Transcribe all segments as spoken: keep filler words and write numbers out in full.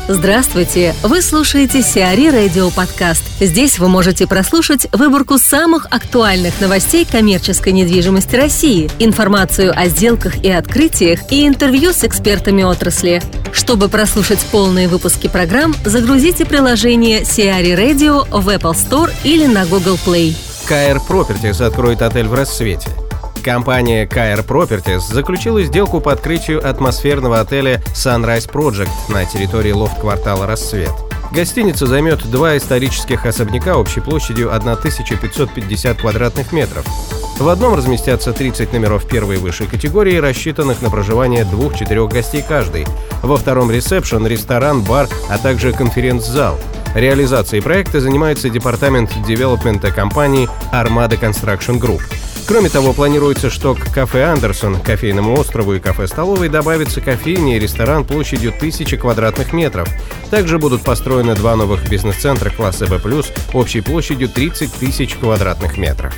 Здравствуйте! Вы слушаете Сиари Радио Подкаст. Здесь вы можете прослушать выборку самых актуальных новостей коммерческой недвижимости России, информацию о сделках и открытиях и интервью с экспертами отрасли. Чтобы прослушать полные выпуски программ, загрузите приложение Сиари Radio в Apple Store или на Google Play. ка эр Properties откроет отель в Рассвете. Компания ка эр Properties заключила сделку по открытию атмосферного отеля Sunrise Project на территории лофт-квартала «Рассвет». Гостиница займет два исторических особняка общей площадью тысяча пятьсот пятьдесят квадратных метров. В одном разместятся тридцать номеров первой и высшей категории, рассчитанных на проживание двух-четырех гостей каждый. Во втором ресепшн, ресторан, бар, а также конференц-зал. Реализацией проекта занимается департамент девелопмента компании Armada Construction Group. Кроме того, планируется, что к кафе «Андерсон», кофейному острову и кафе-столовой добавится кофейня и ресторан площадью тысяча квадратных метров. Также будут построены два новых бизнес-центра класса бэ плюс общей площадью тридцать тысяч квадратных метров.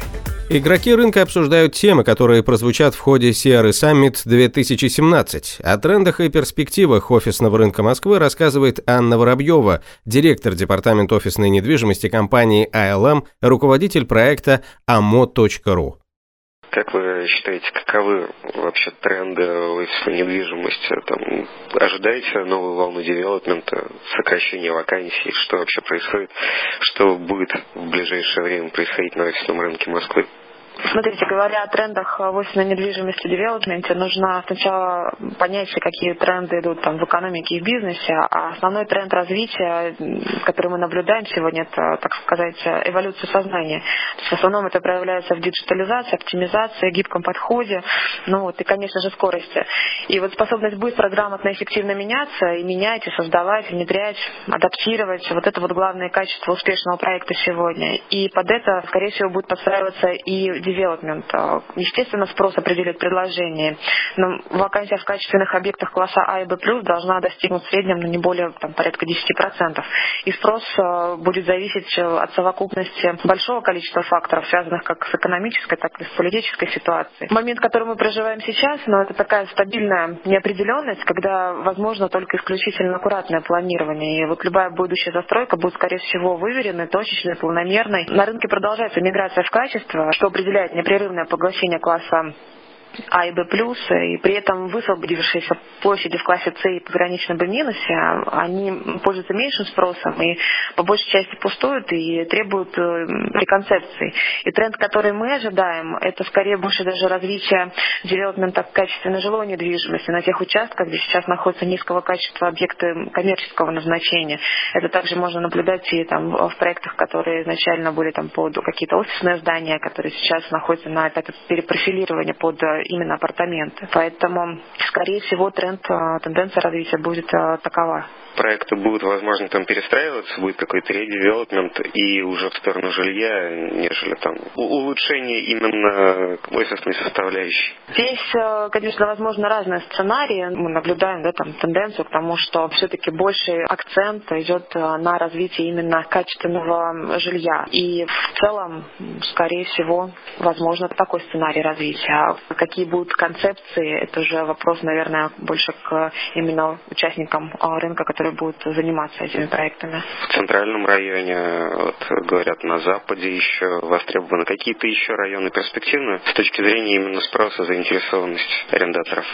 Игроки рынка обсуждают темы, которые прозвучат в ходе Сиари Summit две тысячи семнадцать. О трендах и перспективах офисного рынка Москвы рассказывает Анна Воробьева, директор департамента офисной недвижимости компании эй эл эм, руководитель проекта amo точка ру. Как вы считаете, каковы вообще тренды офисной недвижимости? Там, ожидаете новую волну девелопмента, сокращения вакансий? Что вообще происходит? Что будет в ближайшее время происходить на офисном рынке Москвы? Смотрите, говоря о трендах в офисной недвижимости, девелопменте, нужно сначала понять, какие тренды идут там в экономике и в бизнесе, а основной тренд развития, который мы наблюдаем сегодня, это, так сказать, эволюция сознания. То есть в основном это проявляется в диджитализации, оптимизации, гибком подходе, ну вот, и, конечно же, скорости. И вот способность быстро, грамотно, эффективно меняться, и менять, и создавать, внедрять, адаптировать, вот это вот главные качества успешного проекта сегодня. И под это, скорее всего, будет подстраиваться и девелопмент. Естественно, спрос определит предложение, но вакансия в качественных объектах класса А и Б плюс должна достигнуть в среднем ну, не более там, порядка десять процентов. И спрос будет зависеть от совокупности большого количества факторов, связанных как с экономической, так и с политической ситуацией. Момент, который мы проживаем сейчас, ну, это такая стабильная неопределенность, когда возможно только исключительно аккуратное планирование. И вот любая будущая застройка будет, скорее всего, выверенной, точечной, планомерной. На рынке продолжается миграция в качество, что определяет непрерывное поглощение класса А и Б плюс, и при этом высвободившиеся площади в классе С и пограничном Б минусе, они пользуются меньшим спросом и по большей части пустуют и требуют реконцепции. И тренд, который мы ожидаем, это скорее больше даже развитие девелопмента качественной жилой недвижимости на тех участках, где сейчас находятся низкого качества объекты коммерческого назначения. Это также можно наблюдать и там в проектах, которые изначально были там под какие-то офисные здания, которые сейчас находятся на этапе перепрофилирования под именно апартаменты. Поэтому, скорее всего, тренд, тенденция развития будет такова. Проекты будут, возможно, там перестраиваться, будет какой-то редевелопмент и уже в сторону жилья, нежели там улучшение именно офисной составляющей. Здесь, конечно, возможно, разные сценарии. Мы наблюдаем да, там, тенденцию к тому, что все-таки больший акцент идет на развитие именно качественного жилья. И в целом, скорее всего, возможно, такой сценарий развития. А какие будут концепции, это уже вопрос, наверное, больше к именно участникам рынка, которые будут заниматься этими проектами. В центральном районе, вот, говорят, на Западе еще востребованы какие-то еще районы перспективные с точки зрения именно спроса, заинтересованности арендаторов?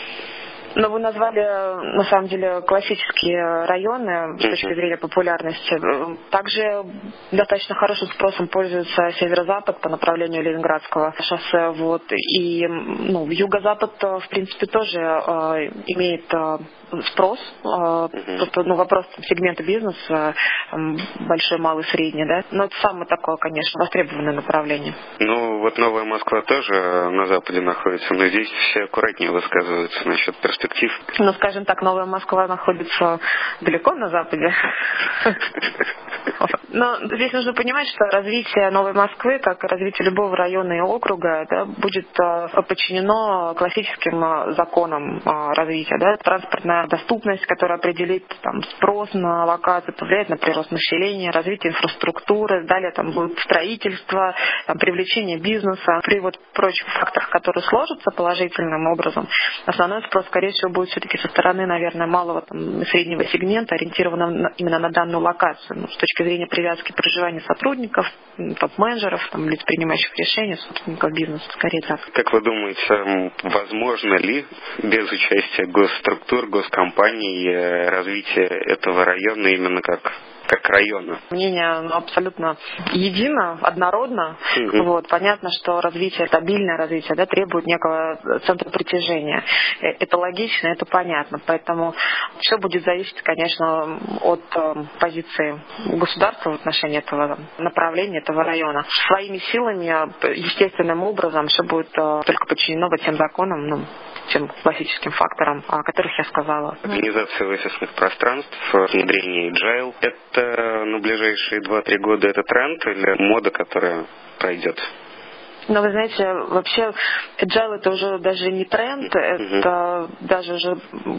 Но вы назвали, на самом деле, классические районы с точки зрения популярности. Также достаточно хорошим спросом пользуется северо-запад по направлению Ленинградского шоссе. Вот. И ну, юго-запад, в принципе, тоже э, имеет э, спрос. Э, просто ну, вопрос сегмента бизнеса, э, большой, малый, средний. Да? Но это самое такое, конечно, востребованное направление. Ну, вот Новая Москва тоже на Западе находится, но здесь все аккуратнее высказываются насчет перспектив. Ну, скажем так, Новая Москва находится далеко на Западе. Но здесь нужно понимать, что развитие Новой Москвы, как и развитие любого района и округа, да, будет подчинено классическим законам развития. Да? Транспортная доступность, которая определит там, спрос на локацию, повлияет на прирост населения, развитие инфраструктуры, далее там будет строительство, там, привлечение бизнеса. При вот прочих факторах, которые сложатся положительным образом, основной спрос, скорее всего, будет все-таки со стороны, наверное, малого там, и среднего сегмента, ориентировано на, именно на данную локацию. Ну, с точки зрения привязки проживания сотрудников, топ-менеджеров, там, лиц, принимающих решения, собственников бизнеса, скорее так. Как вы думаете, возможно ли без участия госструктур, госкомпаний развитие этого района именно как как района? Мнение ну, абсолютно едино, однородно. Mm-hmm. Вот. Понятно, что развитие, стабильное развитие да, требует некого центра притяжения. Это логично, это понятно. Поэтому все будет зависеть, конечно, от э, позиции государства в отношении этого направления, этого района. Своими силами, естественным образом, все будет э, только подчинено вот тем законам, ну, тем классическим факторам, о которых я сказала. Организация офисных пространств, внедрение Agile – это на ближайшие два-три года это тренд или мода, которая пройдет? Но вы знаете, вообще agile это уже даже не тренд, mm-hmm. это даже уже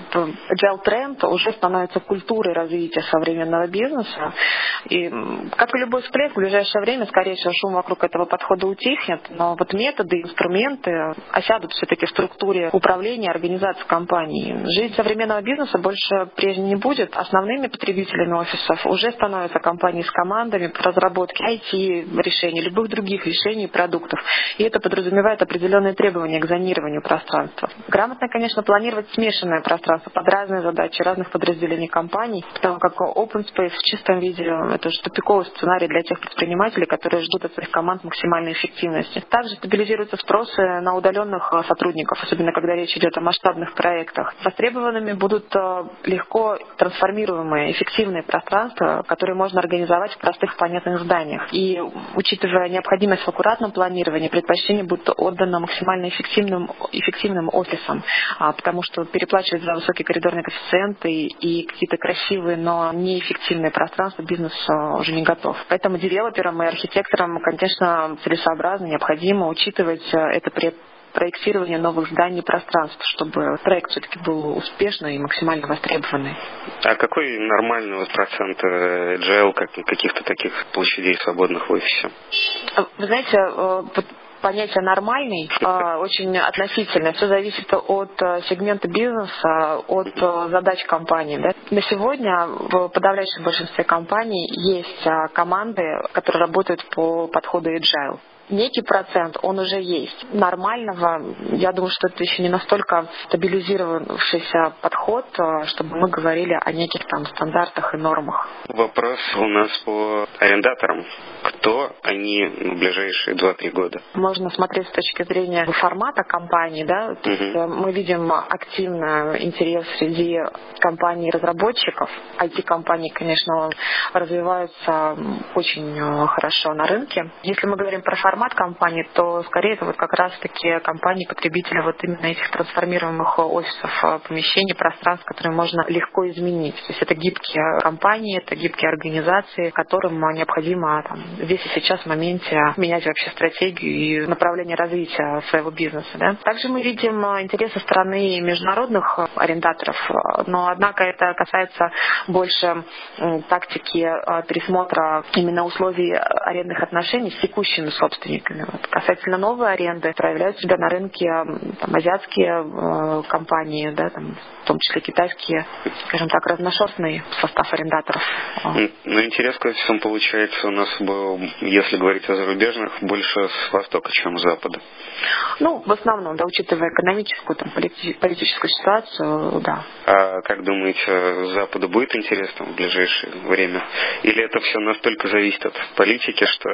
agile тренд уже становится культурой развития современного бизнеса. И как и любой всплеск, в ближайшее время, скорее всего, шум вокруг этого подхода утихнет, но вот методы, инструменты осядут все-таки в структуре управления, организации компании. Жизнь современного бизнеса больше прежней не будет. Основными потребителями офисов уже становятся компании с командами по разработке ай ти-решений, любых других решений и продуктов. И это подразумевает определенные требования к зонированию пространства. Грамотно, конечно, планировать смешанное пространство под разные задачи разных подразделений компаний, потому как open space в чистом виде – это уже тупиковый сценарий для тех предпринимателей, которые ждут от своих команд максимальной эффективности. Также стабилизируются спросы на удаленных сотрудников, особенно когда речь идет о масштабных проектах. Востребованными будут легко трансформируемые, эффективные пространства, которые можно организовать в простых, понятных зданиях. И учитывая необходимость в аккуратном планировании, предпочтение будет отдано максимально эффективным, эффективным офисам, а, потому что переплачивать за высокие коридорные коэффициенты и, и какие-то красивые, но неэффективные пространства бизнес а, уже не готов. Поэтому девелоперам и архитекторам, конечно, целесообразно, необходимо учитывать а, это при проектирование новых зданий и пространств, чтобы проект все-таки был успешный и максимально востребованный. А какой нормальный вот процент agile, как, каких-то таких площадей свободных в офисе? Вы знаете, вот понятие «нормальный» очень относительно. Все зависит от сегмента бизнеса, от задач компании. Да? На сегодня в подавляющем большинстве компаний есть команды, которые работают по подходу agile. Некий процент, он уже есть. Нормального, я думаю, что это еще не настолько стабилизировавшийся подход, чтобы мы говорили о неких там стандартах и нормах. Вопрос у нас по арендаторам. Кто они в ближайшие два-три года? Можно смотреть с точки зрения формата компании, да. То есть uh-huh. мы видим активный интерес среди компаний-разработчиков. ай ти-компании, конечно, развиваются очень хорошо на рынке. Если мы говорим про формат формат компании, то скорее это вот как раз-таки компании-потребители вот именно этих трансформируемых офисов, помещений, пространств, которые можно легко изменить. То есть это гибкие компании, это гибкие организации, которым необходимо там, здесь и сейчас в моменте менять вообще стратегию и направление развития своего бизнеса. Да? Также мы видим интерес со стороны международных арендаторов, но однако это касается больше тактики пересмотра именно условий арендных отношений с текущими собственниками. Вот. Касательно новой аренды, проявляют себя на рынке там, азиатские э, компании, да, там, в том числе китайские, скажем так, разношерстный состав арендаторов. Ну, интерес к офисам получается у нас был, если говорить о зарубежных, больше с востока, чем с запада. Ну, в основном, да, учитывая экономическую, там, полити- политическую ситуацию, да. А как думаете, Западу будет интересно в ближайшее время? Или это все настолько зависит от политики, что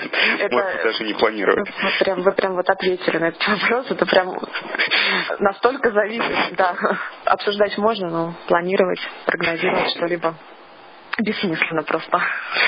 можно даже не планировать? Вы прям, вы прям вот ответили на этот вопрос. Это прям настолько зависит, да. Обсуждать можно, но планировать, прогнозировать что-либо бессмысленно просто.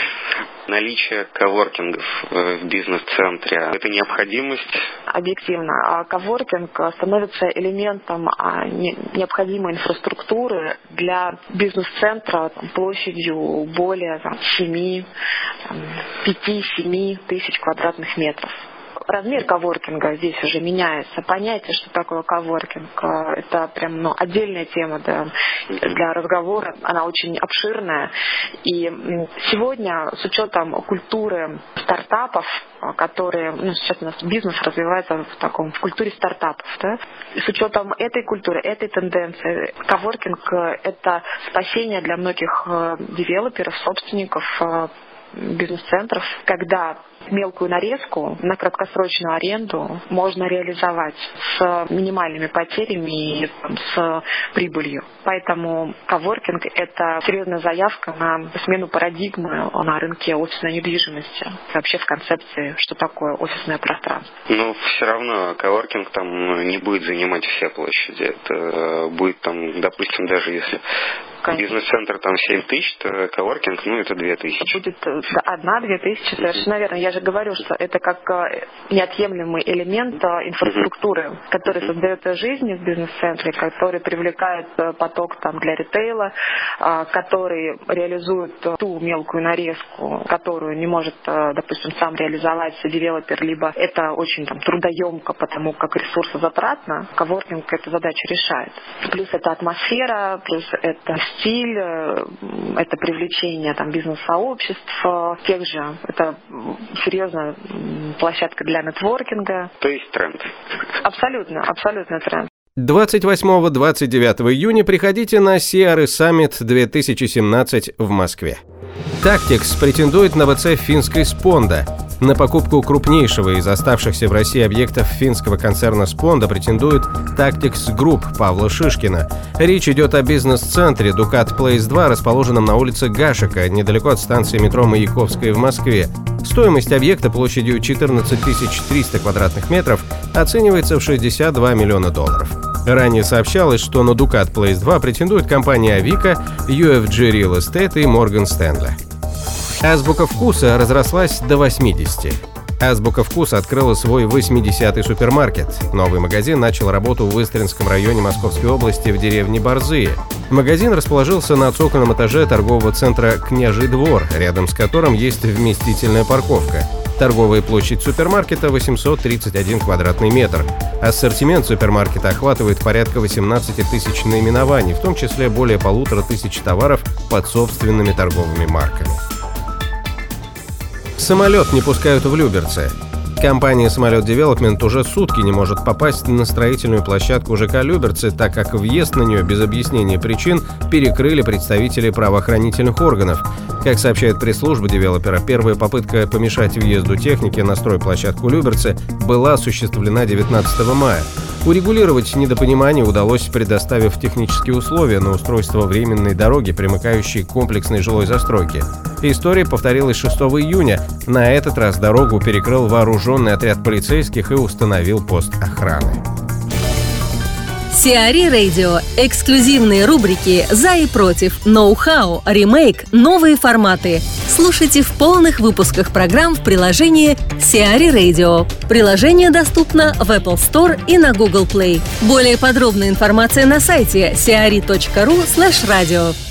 Наличие коворкингов в бизнес-центре – это необходимость? Объективно. Коворкинг становится элементом необходимой инфраструктуры для бизнес-центра там, площадью более там, семь, пять-семь тысяч квадратных метров. размер коворкинга здесь уже меняется. Понятие, что такое коворкинг, это прям ну, отдельная тема да, для разговора. Она очень обширная. И сегодня с учетом культуры стартапов, которые, ну, сейчас у нас бизнес развивается в таком, в культуре стартапов, да, и с учетом этой культуры, этой тенденции, коворкинг – это спасение для многих девелоперов, собственников, бизнес-центров, когда мелкую нарезку на краткосрочную аренду можно реализовать с минимальными потерями и с прибылью. Поэтому коворкинг – это серьезная заявка на смену парадигмы на рынке офисной недвижимости. Вообще в концепции, что такое офисное пространство. Но все равно коворкинг там не будет занимать все площади. Это будет там, допустим, даже если бизнес-центр там семь тысяч, то коворкинг, ну, это две тысячи. Будет одна-две тысячи, совершенно верно. Я же говорю, что это как неотъемлемый элемент инфраструктуры, который создает жизнь в бизнес-центре, который привлекает поток там для ритейла, который реализует ту мелкую нарезку, которую не может, допустим, сам реализовать девелопер, либо это очень там трудоемко, потому как ресурсозатратно. Коворкинг эту задачу решает. Плюс это атмосфера, плюс это стиль, это привлечение там бизнес-сообществ тех же. Это серьезная площадка для нетворкинга. То есть тренд. Абсолютно, абсолютно тренд. двадцать восьмого — двадцать девятого июня приходите на си ар и Summit две тысячи семнадцать в Москве. Tactics претендует на ВЦ финской Sponda. На покупку крупнейшего из оставшихся в России объектов финского концерна Sponda претендует Tactics Group Павла Шишкина. Речь идет о бизнес-центре Ducat Place два, расположенном на улице Гашека, недалеко от станции метро Маяковская в Москве. Стоимость объекта площадью четырнадцать тысяч триста квадратных метров оценивается в шестьдесят два миллиона долларов. Ранее сообщалось, что на Ducat Place два претендуют компании Авика, ю эф джи Real Estate и Morgan Stanley. Азбука вкуса разрослась до восьмидесяти. Азбука вкуса открыла свой восьмидесятый супермаркет. Новый магазин начал работу в Истринском районе Московской области в деревне Борзые. Магазин расположился на цокольном этаже торгового центра «Княжий двор», рядом с которым есть вместительная парковка. Торговая площадь супермаркета восемьсот тридцать один квадратный метр. Ассортимент супермаркета охватывает порядка восемнадцать тысяч наименований, в том числе более полутора тысяч товаров под собственными торговыми марками. Самолет не пускают в Люберцы. Компания «Самолет Девелопмент» уже сутки не может попасть на строительную площадку ЖК Люберцы, так как въезд на нее без объяснения причин перекрыли представители правоохранительных органов. Как сообщает пресс-служба девелопера, первая попытка помешать въезду техники на стройплощадку Люберцы была осуществлена девятнадцатого мая. Урегулировать недопонимание удалось, предоставив технические условия на устройство временной дороги, примыкающей к комплексной жилой застройке. История повторилась шестого июня. На этот раз дорогу перекрыл вооруженный отряд полицейских и установил пост охраны. си ар и Radio. Эксклюзивные рубрики «За и против», «Ноу-хау», «Ремейк», «Новые форматы». Слушайте в полных выпусках программ в приложении си ар и Radio. Приложение доступно в Apple Store и на Google Play. Более подробная информация на сайте си ар и точка ру слэш радио.